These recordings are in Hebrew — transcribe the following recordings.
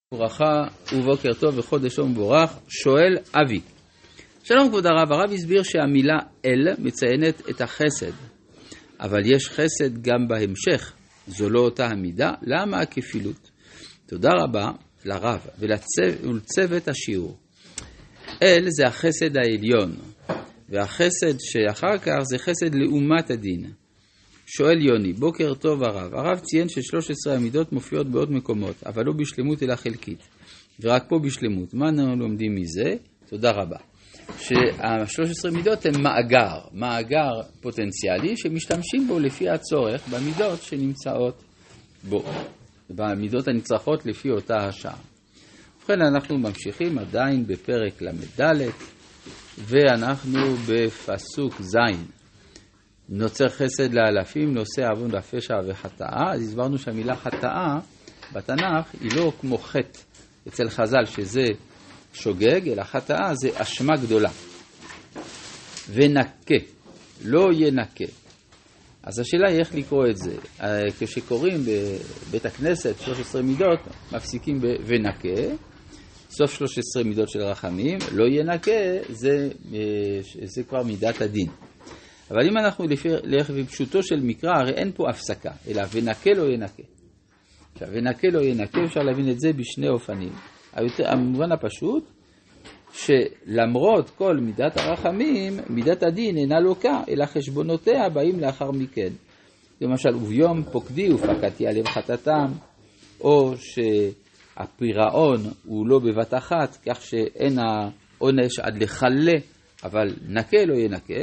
ברכה ובוקר טוב וחודש יום מבורך. שואל אבי, שלום כבוד הרב הסביר שהמילה אל מציינת את החסד, אבל יש חסד גם בהמשך, זו לא אותה המידה, למה הכפילות? תודה רבה לרב ולצוות השיעור. אל זה החסד העליון, והחסד שאחר כך זה חסד לעומת הדין. שואל יוני, בוקר טוב הרב ציין ש13 המידות מופיעות בעוד מקומות, אבל לא בשלמות אלא חלקית, ורק פה בשלמות. מה אנחנו לומדים מזה? תודה רבה. שה13 מידות הם מאגר פוטנציאלי שמשתמשים בו לפי הצורך במידות שנמצאות בו, במידות הנצרכות לפי אותה השעה. ובכן אנחנו ממשיכים עדיין בפרק למד' ואנחנו בפסוק זין. נוצר חסד לאלפים, נושא עוון ופשע וחטאה. אז הסברנו שהמילה חטאה בתנ"ך היא לא כמו חטא אצל חז"ל שזה שוגג, אלא חטאה זה אשמה גדולה. ונקה, לא ינקה. אז השאלה היא איך לקרוא את זה. כשקוראים בבית הכנסת 13 מידות, מפסיקים ונקה, סוף 13 מידות של רחמים, לא ינקה, זה כבר מידת הדין. אבל אם אנחנו נלך בפשוטו של מקרא, הרי אין פה הפסקה, אלא ונקה לא ינקה. עכשיו, ונקה לא ינקה, אפשר להבין את זה בשני אופנים. המובן הפשוט, שלמרות כל מידת הרחמים, מידת הדין אינה לוקה, אלא חשבונותיה באים לאחר מכן. למשל, וביום פוקדי ופקדתי עליהם חטאתם, או שהפירעון הוא לא בבת אחת, כך שאין העונש עד לחלה, אבל נקה לא ינקה.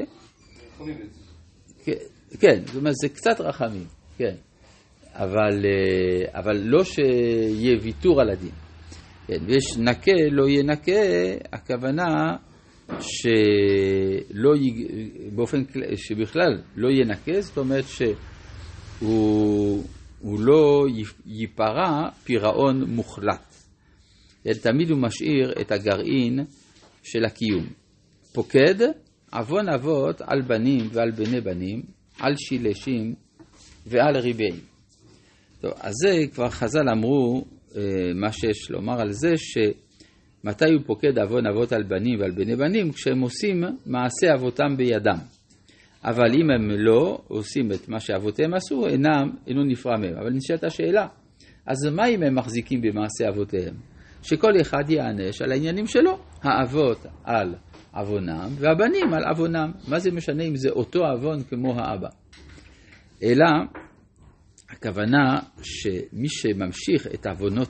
כן, זאת אומרת, זה קצת רחמים, כן. אבל לא שיהיה ויתור על הדין. כן, ויש נקה, לא ינקה, הכוונה שבכלל לא ינקה, זאת אומרת שהוא לא ייפרע פירעון מוחלט. תמיד הוא משאיר את הגרעין של הקיום. פוקד, עוון אבות על בנים ועל בני בנים, על שילשים ועל ריבעים. טוב, אז זה כבר חז"ל אמרו, מה שיש לומר על זה, שמתי הוא פוקד עוון אבות על בנים ועל בני בנים? כשהם עושים מעשה אבותם בידם. אבל אם הם לא עושים את מה שאבותיהם עשו, אינו נפרע מהם. אבל נשאלת השאלה, אז מה אם הם מחזיקים במעשה אבותיהם? שכל אחד יענש על העניינים שלו, האבות על עוונם והבנים על עוונם. מה זה משנה אם זה אותו עוון כמו האבא? אלא הכוונה שמי שממשיך את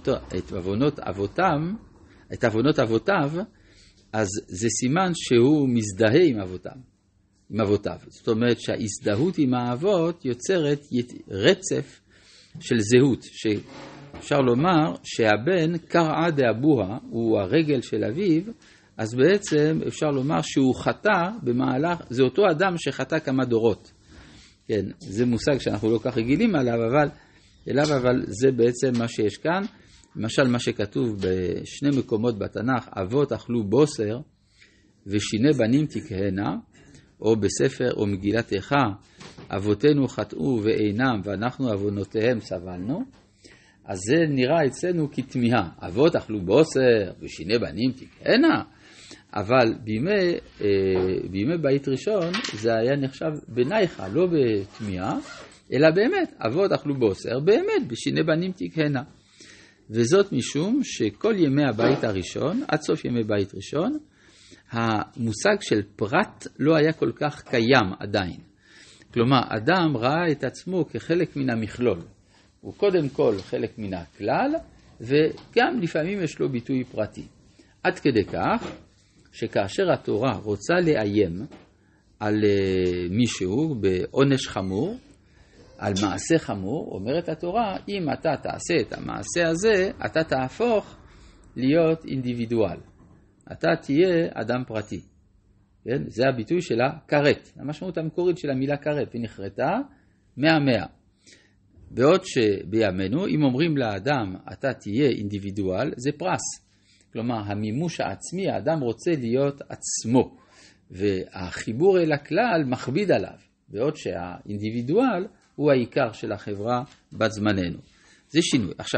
עוונות אבותיו, אז זה סימן שהוא מזדהה עם אבותיו. זאת אומרת שההזדהות עם האבות יוצרת רצף של זהות, שאפשר לומר שהבן קרעה דאבוה, הוא הרגל של אביו, אז בעצם אפשר לומר שהוא חטא במהלך, זה אותו אדם שחטא כמה דורות. כן, זה מושג שאנחנו לא כך רגילים אליו, אבל זה בעצם מה שיש כאן. למשל מה שכתוב בשני מקומות בתנ"ך, אבות אכלו בוסר ושיני בנים תקהנה, או בספר או מגילת איכה, אבותינו חטאו ואינם ואנחנו עוונותיהם סבלנו. אז זה נראה אצלנו כתמיהה, אבות אכלו בוסר ושיני בנים תקהנה, אבל בימי בית ראשון זה היה נחשב בנייחה, לא בתמיהה, אלא באמת, אבות אכלו בוסר, באמת בשיני בנים תקהנה. וזאת משום שכל ימי הבית הראשון, עד סוף ימי בית ראשון, המושג של פרט לא היה כל כך קיים עדיין. כלומר, אדם ראה את עצמו כחלק מן המכלול. הוא קודם כל חלק מן הכלל, וגם לפעמים יש לו ביטוי פרטי. עד כדי כך, שכאשר התורה רוצה לאיים על מישהו בעונש חמור, על מעשה חמור, אומרת התורה, אם אתה תעשה את המעשה הזה, אתה תהפוך להיות אינדיבידואל. אתה תהיה אדם פרטי. כן? זה הביטוי של הכרת. המשמעות המקורית של המילה כרת, היא נחרטה 100-100. בעוד שבימינו, אם אומרים לאדם, אתה תהיה אינדיבידואל, זה פרס. כלומר, המימוש העצמי, האדם רוצה להיות עצמו, והחיבור אל הכלל מכביד עליו, בעוד שהאינדיבידואל הוא העיקר של החברה בת זמננו. זה שינוי. עכשיו,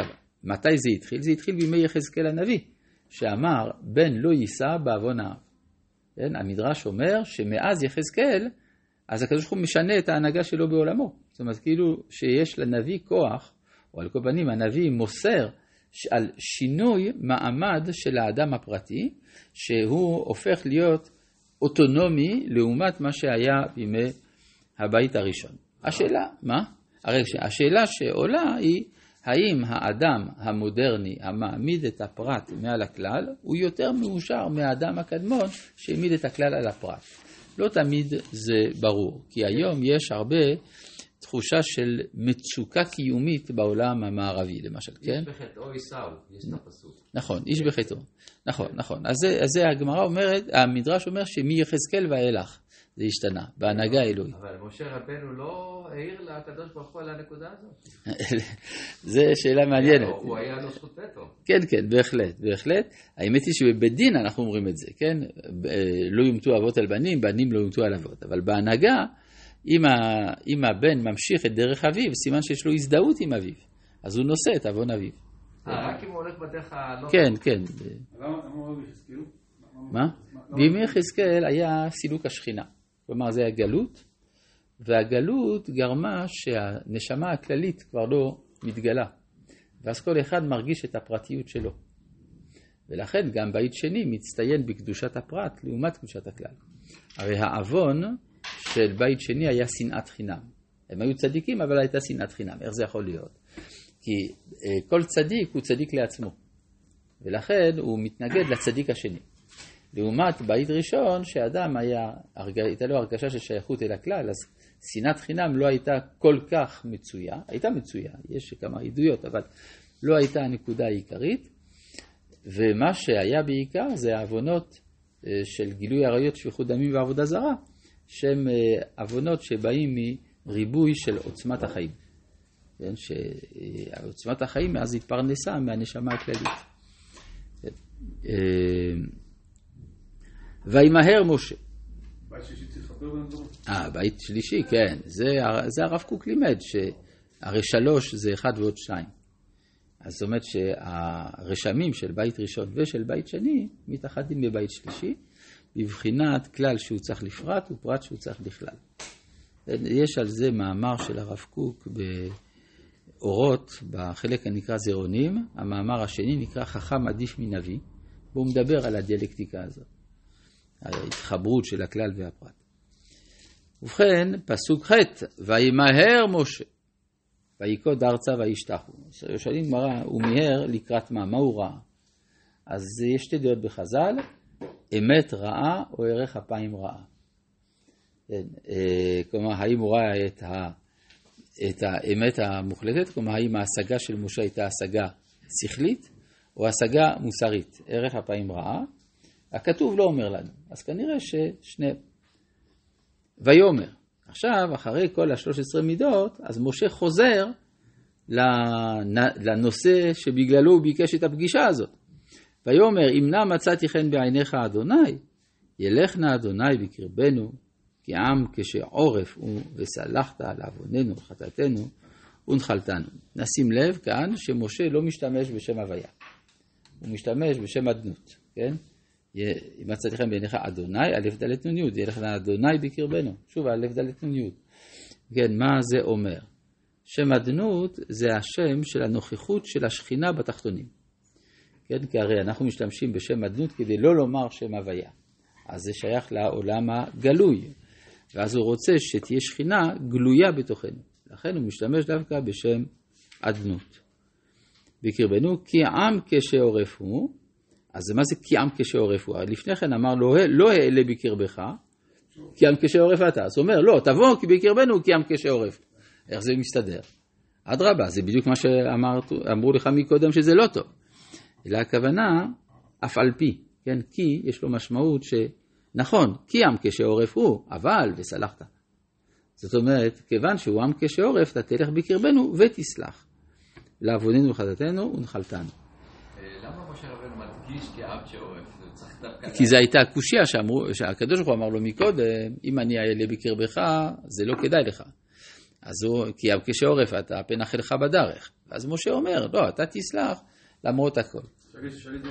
מתי זה התחיל? זה התחיל בימי יחזקאל הנביא, שאמר, בן לא יישא בעוון האב. כן? המדרש אומר שמאז יחזקאל, אז הקדוש ברוך הוא משנה את ההנהגה שלו בעולמו. זאת אומרת, כאילו שיש לנביא כוח, או על כל פנים, הנביא מוסר על שינוי מעמד של האדם הפרטי, שהוא הופך להיות אוטונומי לעומת מה שהיה בימי הבית הראשון. השאלה, מה? הרי השאלה שעולה היא, האם האדם המודרני המעמיד את הפרט מעל הכלל, הוא יותר מאושר מהאדם הקדמון שהעמיד את הכלל על הפרט. לא תמיד זה ברור, כי היום יש הרבה תחושה של מצוקה קיומית בעולם המערבי, למשל, כן? איש בחטאו יישאו, יש את הפסוק. נכון, איש בחטאו. נכון. אז זה הגמרא אומרת, המדרש אומר שמי-יחזקאל ואילך זה השתנה, בהנהגה האלוהית. אבל משה רבנו לא העיר לקדוש ברוך הוא על הנקודה הזאת. זה שאלה מעניינת. הוא היה לו זכות וטו. כן, בהחלט. האמת היא שבבית דין אנחנו אומרים את זה, כן? לא יומתו אבות על בנים, בנים לא יומתו על אבות. אבל בהנהגה, אם הבן ממשיך את דרך אביו, סימן שיש לו הזדהות עם אביו. אז הוא נושא את עוון אביו. רק אם הוא הולך בדרך הלא... כן. מה? בימי יחזקאל היה סילוק השכינה. כלומר, זה היה גלות, והגלות גרמה שהנשמה הכללית כבר לא מתגלה. ואז כל אחד מרגיש את הפרטיות שלו. ולכן גם בית שני מצטיין בקדושת הפרט לעומת קדושת הכלל. הרי העוון של בית שני היה שנאת חינם. הם היו צדיקים, אבל הייתה שנאת חינם. איך זה יכול להיות? כי כל צדיק הוא צדיק לעצמו. ולכן הוא מתנגד לצדיק השני. לעומת בית ראשון, שאדם הייתה לו הרגשה של שייכות אל הכלל, אז שנאת חינם לא הייתה כל כך מצויה, הייתה מצויה, יש כמה עדויות, אבל לא הייתה הנקודה העיקרית, ומה שהיה בעיקר זה העוונות של גילוי עריות, שפיכות דמים ועבודה זרה, שהם עוונות שבאים מריבוי של עוצמת החיים. כן, שעוצמת החיים אז התפרנסה מהנשמה הכללית. וימהר משה. בית שלישי צריך לחבר בין דברים? בית שלישי, כן. זה הרב קוק לימד, שהרי 3 זה 1 ועוד 2. אז זאת אומרת שהרשמים של בית ראשון ושל בית שני מתאחדים בבית שלישי, בבחינת כלל שהוא צריך לפרט ופרט שהוא צריך בכלל. יש על זה מאמר של הרב קוק באורות, בחלק הנקרא זרעונים. המאמר השני נקרא חכם עדיף מנביא, והוא מדבר על הדיאלקטיקה הזאת. ההתחברות של הכלל והפרט. ובכן, פסוק ח' וימהר משה, ויקוד ארצה וישתחו. שואלים גמרא, הוא מיהר לקראת מה הוא ראה? אז יש 2 דעות בחז"ל, אמת רעה או ערך אפיים רעה. כלומר, האם הוא ראה את האמת המוחלטת, כלומר, האם ההשגה של משה הייתה השגה שכלית, או השגה מוסרית, ערך אפיים רעה. הכתוב לא אומר לנו, אז כנראה ששני. ויאמר, עכשיו אחרי כל 13 מידות, אז משה חוזר לנושא שבגללו הוא ביקש את הפגישה הזאת. ויאמר, אם נא מצאתי חן בעיניך אדוני, ילך נא אדוני בקרבנו, כי עם כשעורף וסלחת על עווננו וחטאתנו ונחלתנו. נשים לב כאן שמשה לא משתמש בשם הוויה, הוא משתמש בשם אדנות, כן? אם מצאתי חן בעיניך אדוני, א' ד' נ' י', ילך נא אדוני בקרבנו. שוב, א' ד' נ' י'. כן, מה זה אומר? שם אדנות זה השם של הנוכחות של השכינה בתחתונים. כן, כי הרי אנחנו משתמשים בשם אדנות כדי לא לומר שם הוויה. אז זה שייך לעולם הגלוי. ואז הוא רוצה שתהיה שכינה גלויה בתוכנו. לכן הוא משתמש דווקא בשם אדנות. בקרבנו, כי עם כשעורף הוא. אז מה זה כי עם כשעורף הוא? לפני כן אמר לו, לא העלה בקרבך, כי עם כשעורף אתה. אז הוא אומר, לא, תבוא כי בקרבנו כי עם כשעורף. איך זה מסתדר? אדרבה, זה בדיוק מה שאמרו לך מקודם שזה לא טוב. אלא הכוונה, אף על פי, כן? כי יש לו משמעות שנכון, כי עם כשעורף הוא, אבל וסלחת. זאת אומרת, כיוון שהוא עם כשעורף, אתה תלך בקרבנו ותסלח. לעווננו וחטאתנו ונחלתנו. למה משה רבנו מדגיש כי עם כשעורף? כי זו הייתה הקושיה שהקדוש ברוך הוא אמר לו מקודם, אם אני אעלה בקרבך, זה לא כדאי לך. כי כשעורף אתה, פן אחלך בדרך. אז משה אומר, לא, אתה תסלח למרות הכל.